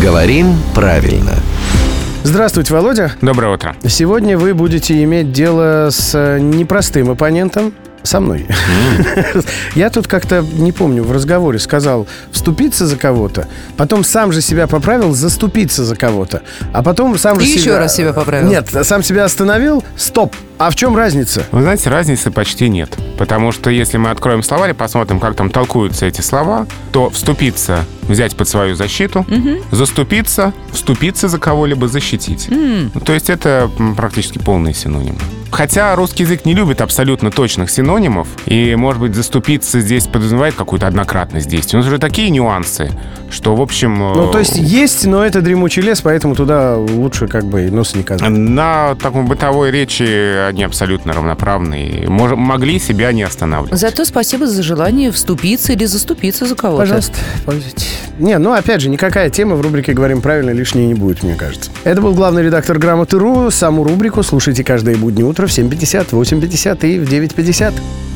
Говорим правильно. Здравствуйте, Володя. Доброе утро. Сегодня вы будете иметь дело с непростым оппонентом. Со мной. Я тут как-то, не помню, в разговоре сказал вступиться за кого-то, потом сам же себя поправил заступиться за кого-то, а потом сам же И еще раз себя поправил. Нет, сам себя остановил. Стоп. А в чем разница? Вы знаете, разницы почти нет. Потому что если мы откроем словарь и посмотрим, как там толкуются эти слова, то вступиться, взять под свою защиту, заступиться, вступиться за кого-либо, защитить. То есть это практически полные синонимы. Хотя русский язык не любит абсолютно точных синонимов, и, может быть, заступиться здесь подразумевает какую-то однократность действия. Но это же такие нюансы, что, в общем... Ну, то есть, но это дремучий лес, поэтому туда лучше как бы нос не казать. На такой бытовой речи они абсолютно равноправны и могли себя не останавливать. Зато спасибо за желание вступиться или заступиться за кого-то. Пожалуйста, пользуйтесь. Не, ну опять же, никакая тема в рубрике «Говорим правильно» лишней не будет, мне кажется. Это был главный редактор «Грамоты.ру». Саму рубрику слушайте каждое буднее утро в 7:50, в 8:50 и в 9:50.